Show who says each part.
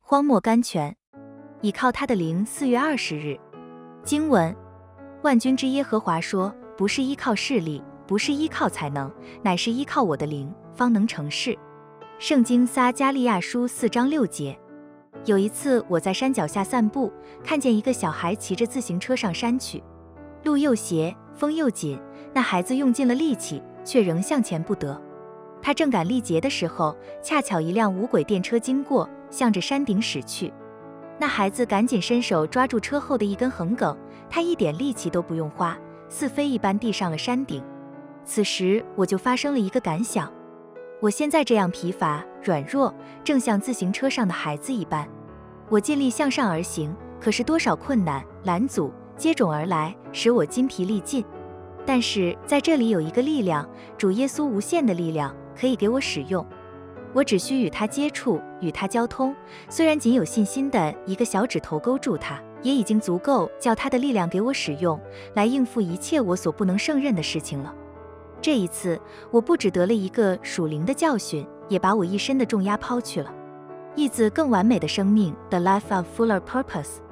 Speaker 1: 荒漠甘泉，倚靠他的灵。4月20日，经文：万军之耶和华说，不是依靠势力，不是依靠才能，乃是依靠我的灵，方能成事。圣经撒迦利亚书4章6节。有一次我在山脚下散步，看见一个小孩骑着自行车上山去，路又斜，风又紧，那孩子用尽了力气，却仍向前不得。他正赶力竭的时候，恰巧一辆无轨电车经过，向着山顶驶去。那孩子赶紧伸手抓住车后的一根横梗，他一点力气都不用花，似飞一般递上了山顶。此时我就发生了一个感想，我现在这样疲乏软弱，正像自行车上的孩子一般。我尽力向上而行，可是多少困难拦阻接踵而来，使我筋疲力尽。但是在这里有一个力量，主耶稣无限的力量，可以给我使用。我只需与他接触，与他交通，虽然仅有信心的一个小指头勾住他，也已经足够叫他的力量给我使用，来应付一切我所不能胜任的事情了。这一次，我不只得了一个属灵的教训，也把我一身的重压抛去了。意字更完美的生命 The Life of Fuller Purpose